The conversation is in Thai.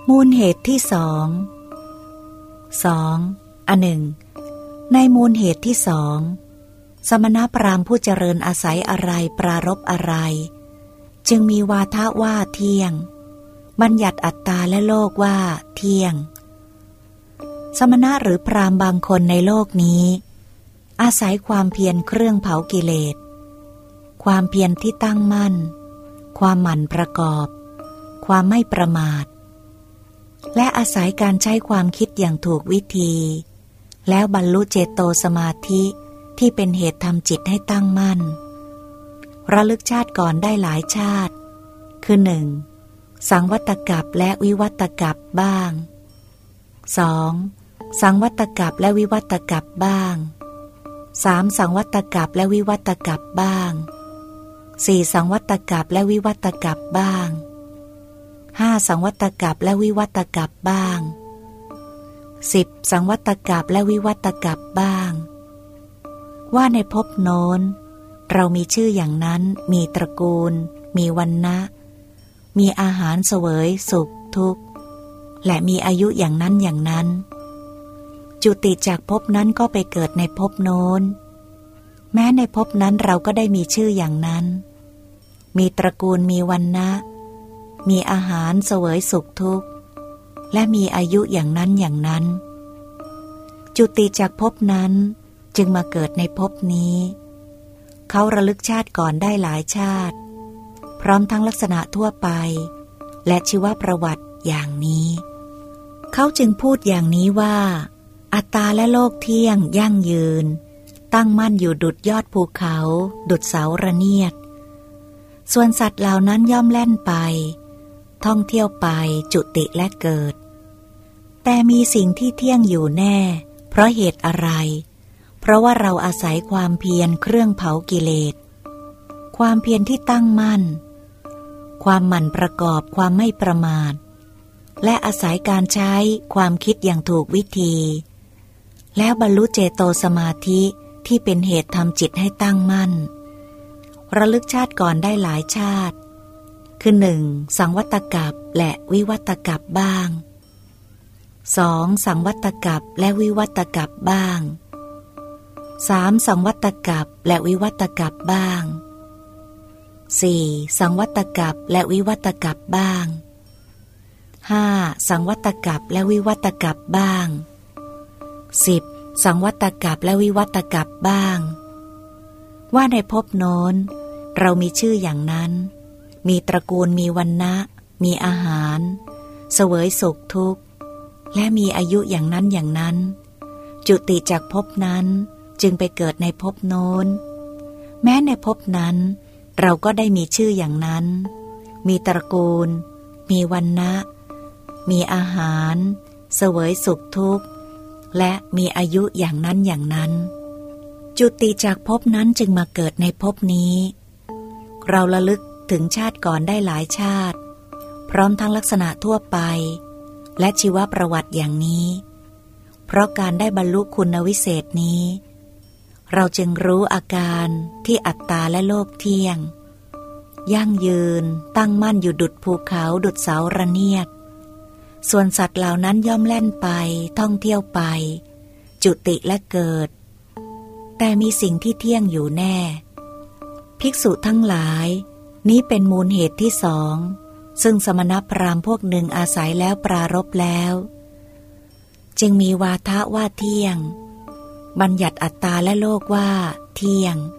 มูลเหตุที่สอง อันหนึ่งในมูลเหตุที่สองสมณพราหมณ์ผู้เจริญอาศัยอะไรปรารภอะไรจึงมีวาทะว่าเที่ยงบัญญัติอัตตาและโลกว่าเที่ยงสมณะหรือพราหมณ์บางคนในโลกนี้อาศัยความเพียรเครื่องเผากิเลสความเพียรที่ตั้งมั่นความหมั่นประกอบความไม่ประมาทและอาศัยการใช้ความคิดอย่างถูกวิธีแล้วบรรลุเจโตสมาธิที่เป็นเหตุทำจิตให้ตั้งมั่นระลึกชาติก่อนได้หลายชาติคือ 1. สังวัตกัปและวิวัตกัปบ้าง 2. สังวัตกัปและวิวัตกัปบ้าง 3. สังวัตกัปและวิวัตกัปบ้าง 4. สังวัตกัปและวิวัตกัปบ้าง 5. สังวัตกัปและวิวัตกัปบ้าง 10. สังวัตกัปและวิวัตกัปบ้างว่าในภพโน้นเรามีชื่ออย่างนั้นมีตระกูลมีวรรณะมีอาหารเสวยสุขทุกข์และมีอายุอย่างนั้นอย่างนั้นจุติจากภพนั้นก็ไปเกิดในภพโน้นแม้ในภพนั้นเราก็ได้มีชื่ออย่างนั้นมีตระกูลมีวรรณะมีอาหารเสวยสุขทุกข์และมีอายุอย่างนั้นอย่างนั้นจุติจากภพนั้นจึงมาเกิดในภพนี้เขาระลึกชาติก่อนได้หลายชาติพร้อมทั้งลักษณะทั่วไปและชีวประวัติอย่างนี้เขาจึงพูดอย่างนี้ว่าอัตตาและโลกเที่ยงยั่งยืนตั้งมั่นอยู่ดุจยอดภูเขาดุจเสาระเนียดส่วนสัตว์เหล่านั้นย่อมแล่นไปท่องเที่ยวไปจุติและเกิดแต่มีสิ่งที่เที่ยงอยู่แน่เพราะเหตุอะไรเพราะว่าเราอาศัยความเพียรเครื่องเผากิเลสความเพียรที่ตั้งมั่นความหมั่นประกอบความไม่ประมาทและอาศัยการใช้ความคิดอย่างถูกวิธีแล้วบรรลุเจโตสมาธิที่เป็นเหตุทำจิตให้ตั้งมั่นระลึกชาติก่อนได้หลายชาติคือ 1. สังวัตกัปและวิวัตกัปบ้าง 2. สังวัตกัปและวิวัตกัปบ้าง 3. สังวัตกัปและวิวัตกัปบ้าง 4. สังวัตกัปและวิวัตกัปบ้าง 5. สังวัตกัปและวิวัตกัปบ้าง 10. สังวัตกัปและวิวัตกัปบ้างว่าในภพโน้นเรามีชื่ออย่างนั้นมีตระกูลมีวรรณะมีอาหารเสวยสุขทุกข์และมีอายุอย่างนั้นอย่างนั้นจุติจากภพนั้นจึงไปเกิดในภพโน้นแม้ในภพนั้นเราก็ได้มีชื่ออย่างนั้นมีตระกูลมีวรรณะมีอาหารเสวยสุขทุกข์และมีอายุอย่างนั้นอย่างนั้นจุติจากภพนั้นจึงมาเกิดในภพนี้เราระลึกถึงชาติก่อนได้หลายชาติพร้อมทั้งลักษณะทั่วไปและชีวประวัติอย่างนี้เพราะการได้บรรลุคุณวิเศษนี้เราจึงรู้อาการที่อัตตาและโลกเที่ยงยั่งยืนตั้งมั่นอยู่ดุจภูเขาดุจเสาระเนียดส่วนสัตว์เหล่านั้นย่อมแล่นไปท่องเที่ยวไปจุติและเกิดแต่มีสิ่งที่เที่ยงอยู่แน่ภิกษุทั้งหลายนี้เป็นมูลเหตุที่สองซึ่งสมณพราหมณ์พวกหนึ่งอาศัยแล้วปรารภแล้วจึงมีวาทะว่าเที่ยงบัญญัติอัตตาและโลกว่าเที่ยง